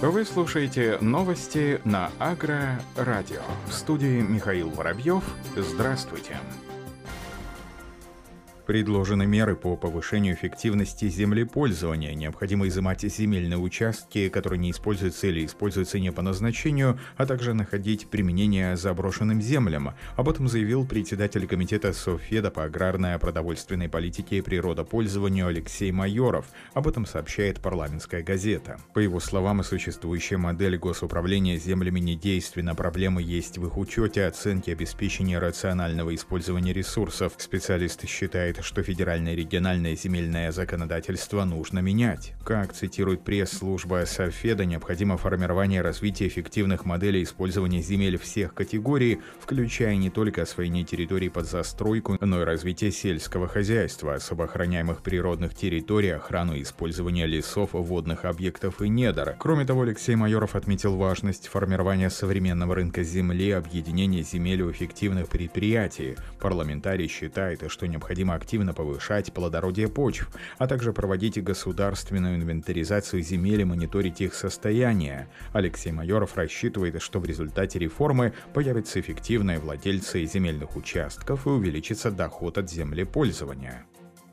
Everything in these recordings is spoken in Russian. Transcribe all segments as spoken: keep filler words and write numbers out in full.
Вы слушаете новости на Агро-радио. В студии Михаил Воробьев. Здравствуйте. Предложены меры по повышению эффективности землепользования. Необходимо изымать земельные участки, которые не используются или используются не по назначению, а также находить применение заброшенным землям. Об этом заявил председатель комитета Совфеда по аграрной, продовольственной политике и природопользованию Алексей Майоров. Об этом сообщает «Парламентская газета». По его словам, существующая модель госуправления землями недейственна. Проблемы есть в их учете, оценке, обеспечении рационального использования ресурсов. Специалист считает, что федеральное и региональное земельное законодательство нужно менять. Как цитирует пресс-служба Совфеда, необходимо формирование и развитие эффективных моделей использования земель всех категорий, включая не только освоение территорий под застройку, но и развитие сельского хозяйства, особо охраняемых природных территорий, охрану и использование лесов, водных объектов и недр. Кроме того, Алексей Майоров отметил важность формирования современного рынка земли, объединения земель у эффективных предприятий. Парламентарий считает, что необходимо активно повышать плодородие почв, а также проводить государственную инвентаризацию земель и мониторить их состояние. Алексей Майоров рассчитывает, что в результате реформы появятся эффективные владельцы земельных участков и увеличится доход от землепользования.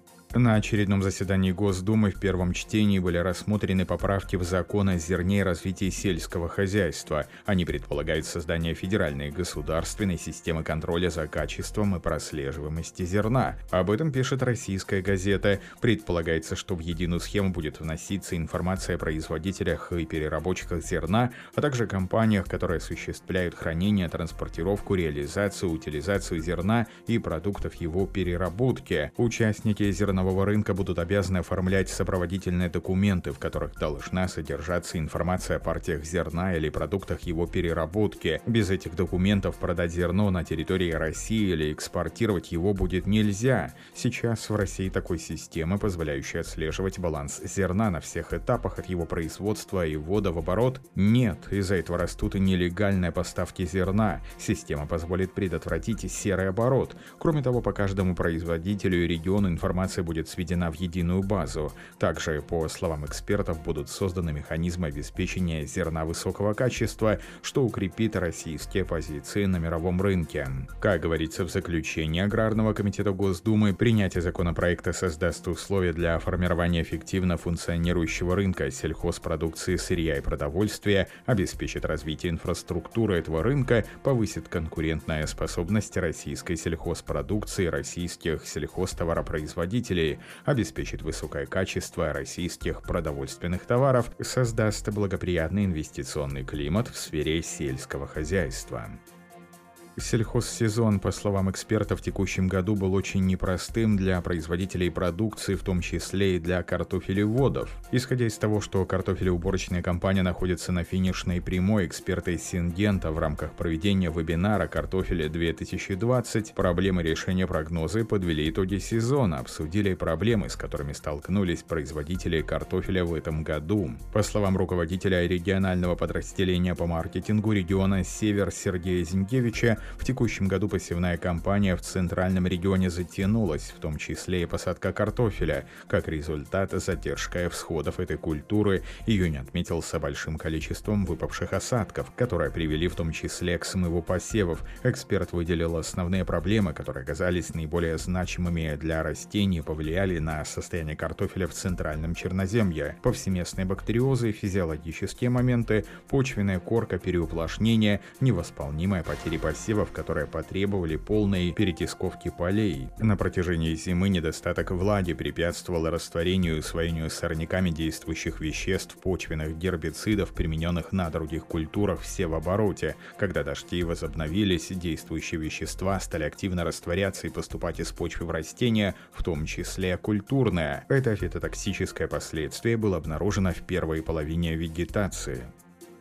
На очередном заседании Госдумы в первом чтении были рассмотрены поправки в закон о зерне и развитии сельского хозяйства. Они предполагают создание федеральной и государственной системы контроля за качеством и прослеживаемостью зерна. Об этом пишет «Российская газета». Предполагается, что в единую схему будет вноситься информация о производителях и переработчиках зерна, а также компаниях, которые осуществляют хранение, транспортировку, реализацию, утилизацию зерна и продуктов его переработки. Участники зернового рынка будут обязаны оформлять сопроводительные документы, в которых должна содержаться информация о партиях зерна или продуктах его переработки. Без этих документов продать зерно на территории России или экспортировать его будет нельзя. Сейчас в России такой системы, позволяющей отслеживать баланс зерна на всех этапах от его производства и ввода в оборот, нет. Из-за этого растут и нелегальные поставки зерна. Система позволит предотвратить серый оборот. Кроме того, по каждому производителю и региону информация будет будет сведена в единую базу. Также, по словам экспертов, будут созданы механизмы обеспечения зерна высокого качества, что укрепит российские позиции на мировом рынке. Как говорится в заключении Аграрного комитета Госдумы, принятие законопроекта создаст условия для формирования эффективно функционирующего рынка сельхозпродукции, сырья и продовольствия, обеспечит развитие инфраструктуры этого рынка, повысит конкурентную способность российской сельхозпродукции, российских сельхозтоваропроизводителей, обеспечит высокое качество российских продовольственных товаров, создаст благоприятный инвестиционный климат в сфере сельского хозяйства. Сельхозсезон, по словам экспертов, в текущем году был очень непростым для производителей продукции, в том числе и для картофелеводов. Исходя из того, что картофелеуборочная компания находится на финишной прямой, эксперты Сингента в рамках проведения вебинара «Картофель две тысячи двадцать. Проблемы решения прогнозы» подвели итоги сезона, обсудили проблемы, с которыми столкнулись производители картофеля в этом году. По словам руководителя регионального подразделения по маркетингу региона «Север» Сергея Зинкевича, в текущем году посевная кампания в центральном регионе затянулась, в том числе и посадка картофеля. Как результат, задержка всходов этой культуры. Июнь отметился большим количеством выпавших осадков, которые привели в том числе к смыву посевов. Эксперт выделил основные проблемы, которые оказались наиболее значимыми для растений и повлияли на состояние картофеля в центральном Черноземье. Повсеместные бактериозы, физиологические моменты, почвенная корка, переуплотнение, невосполнимая потери посевов, которые потребовали полной перетисковки полей. На протяжении зимы недостаток влаги препятствовал растворению и усвоению сорняками действующих веществ, почвенных гербицидов, примененных на других культурах в севообороте. Когда дожди возобновились, действующие вещества стали активно растворяться и поступать из почвы в растения, в том числе культурные. Это фитотоксическое последствие было обнаружено в первой половине вегетации.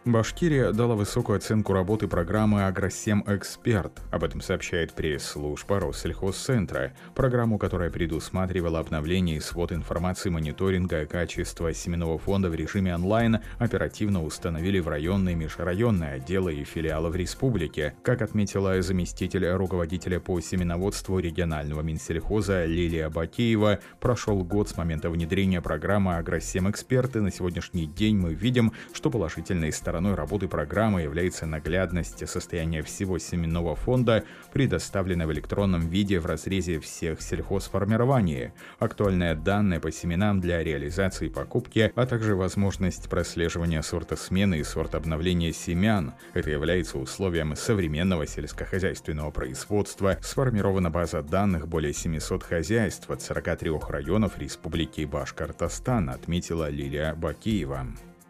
Башкирия дала высокую оценку работы программы «Агросем Эксперт». Об этом сообщает пресс-служба Россельхозцентра. Программу, которая предусматривала обновление и свод информации мониторинга качества семенного фонда в режиме онлайн, оперативно установили в районные, межрайонные отделы и филиалы в республике. Как отметила заместитель руководителя по семеноводству регионального Минсельхоза Лилия Бакеева, прошел год с момента внедрения программы «Агросем Эксперт», и на сегодняшний день мы видим, что положительные стороны Стороной работы программы является наглядность состояния всего семенного фонда, предоставленной в электронном виде в разрезе всех сельхозформирований, актуальные данные по семенам для реализации покупки, а также возможность прослеживания сорта смены и сорта обновления семян. Это является условием современного сельскохозяйственного производства. Сформирована база данных более семисот хозяйств от сорока трёх районов Республики Башкортостан, отметила Лилия Бакеева.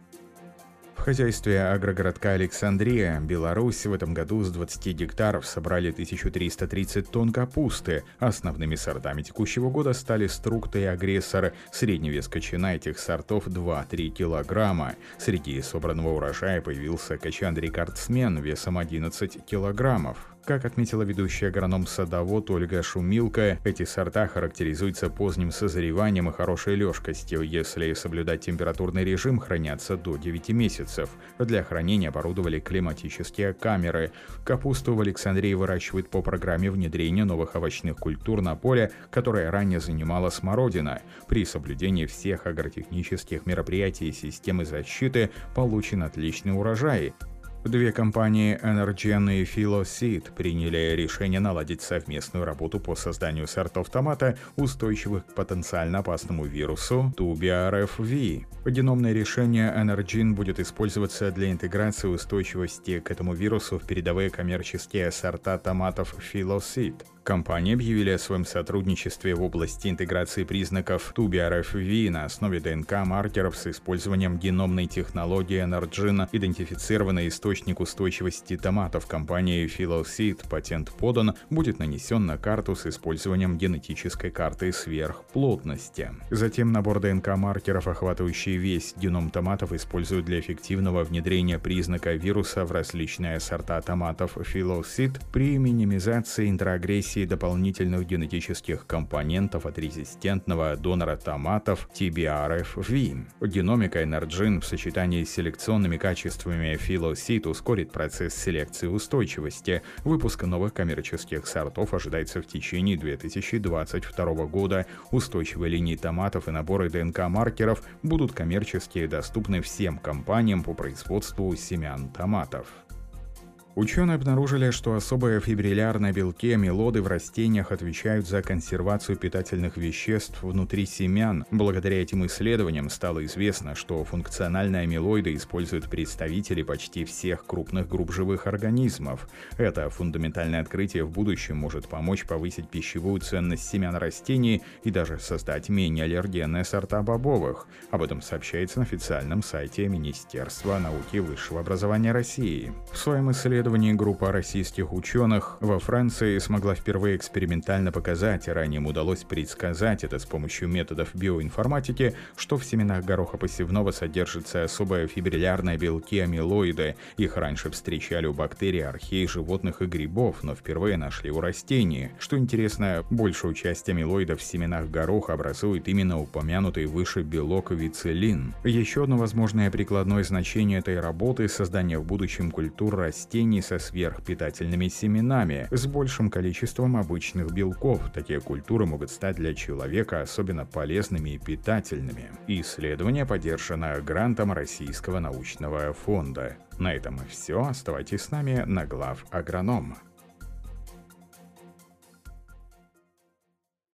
В хозяйстве агрогородка Александрия, Беларусь, в этом году с двадцати гектаров собрали тысячу триста тридцать тонн капусты. Основными сортами текущего года стали Структа и Агрессор. Средний вес кочана этих сортов два-три килограмма. Среди собранного урожая появился качан-рекордсмен весом одиннадцать килограммов. Как отметила ведущая агроном-садовод Ольга Шумилка, эти сорта характеризуются поздним созреванием и хорошей лёжкостью. Если соблюдать температурный режим, хранятся до девяти месяцев. Для хранения оборудовали климатические камеры. Капусту в Александрии выращивают по программе внедрения новых овощных культур на поле, которое ранее занимала смородина. При соблюдении всех агротехнических мероприятий и системы защиты получен отличный урожай. Две компании Energen и Philoseed приняли решение наладить совместную работу по созданию сортов томата, устойчивых к потенциально опасному вирусу ту би ар эф ви. Геномное решение Energen будет использоваться для интеграции устойчивости к этому вирусу в передовые коммерческие сорта томатов Philoseed. Компании объявили о своем сотрудничестве в области интеграции признаков ту би ар эф ви на основе ДНК-маркеров с использованием геномной технологии Energen. Идентифицированный источник устойчивости томатов компании Philoseed, патент подан, будет нанесен на карту с использованием генетической карты сверхплотности. Затем набор ДНК-маркеров, охватывающий весь геном томатов, используют для эффективного внедрения признака вируса в различные сорта томатов Philoseed при минимизации интраагрессии дополнительных генетических компонентов от резистентного донора томатов ти би ар эф ви. Геномика Energen в сочетании с селекционными качествами Philoseed ускорит процесс селекции устойчивости. Выпуск новых коммерческих сортов ожидается в течение две тысячи двадцать второго года. Устойчивые линии томатов и наборы ДНК-маркеров будут коммерчески доступны всем компаниям по производству семян томатов. Ученые обнаружили, что особые фибриллярные белки амилоды в растениях отвечают за консервацию питательных веществ внутри семян. Благодаря этим исследованиям стало известно, что функциональные амилоиды используют представители почти всех крупных групп живых организмов. Это фундаментальное открытие в будущем может помочь повысить пищевую ценность семян растений и даже создать менее аллергенные сорта бобовых. Об этом сообщается на официальном сайте Министерства науки и высшего образования России. В своем исследовании группа российских ученых во Франции смогла впервые экспериментально показать, ранее им удалось предсказать это с помощью методов биоинформатики, что в семенах гороха посевного содержатся особые фибриллярные белки амилоиды. Их раньше встречали у бактерий, архей, животных и грибов, но впервые нашли у растений. Что интересно, большую часть амилоидов в семенах гороха образует именно упомянутый выше белок вицеллин. Еще одно возможное прикладное значение этой работы – создание в будущем культур растений со сверхпитательными семенами, с большим количеством обычных белков. Такие культуры могут стать для человека особенно полезными и питательными. Исследование поддержано грантом Российского научного фонда. На этом все. Оставайтесь с нами на Глав Агроном.